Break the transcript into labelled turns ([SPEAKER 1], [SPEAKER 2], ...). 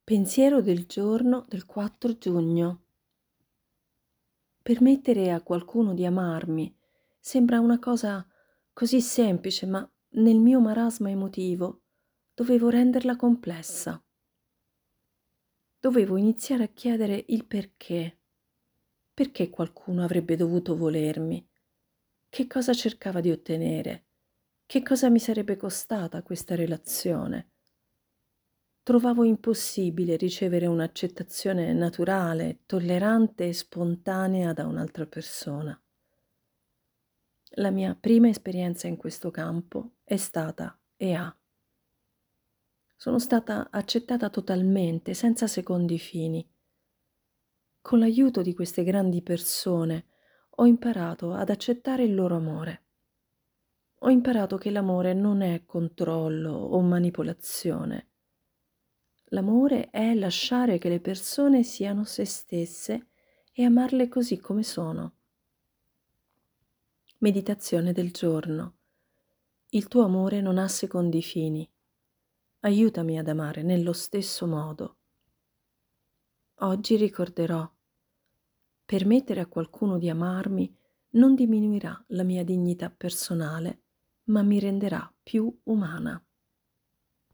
[SPEAKER 1] Pensiero del giorno del 4 giugno. Permettere a qualcuno di amarmi sembra una cosa così semplice, ma nel mio marasma emotivo dovevo renderla complessa. Dovevo iniziare a chiedere il perché. Perché qualcuno avrebbe dovuto volermi? Che cosa cercava di ottenere? Che cosa mi sarebbe costata questa relazione? Trovavo impossibile ricevere un'accettazione naturale, tollerante e spontanea da un'altra persona. La mia prima esperienza in questo campo è stata EA. Sono stata accettata totalmente, senza secondi fini. Con l'aiuto di queste grandi persone ho imparato ad accettare il loro amore. Ho imparato che l'amore non è controllo o manipolazione. L'amore è lasciare che le persone siano se stesse e amarle così come sono. Meditazione del giorno. Il tuo amore non ha secondi fini. Aiutami ad amare nello stesso modo. Oggi ricorderò: permettere a qualcuno di amarmi non diminuirà la mia dignità personale, ma mi renderà più umana.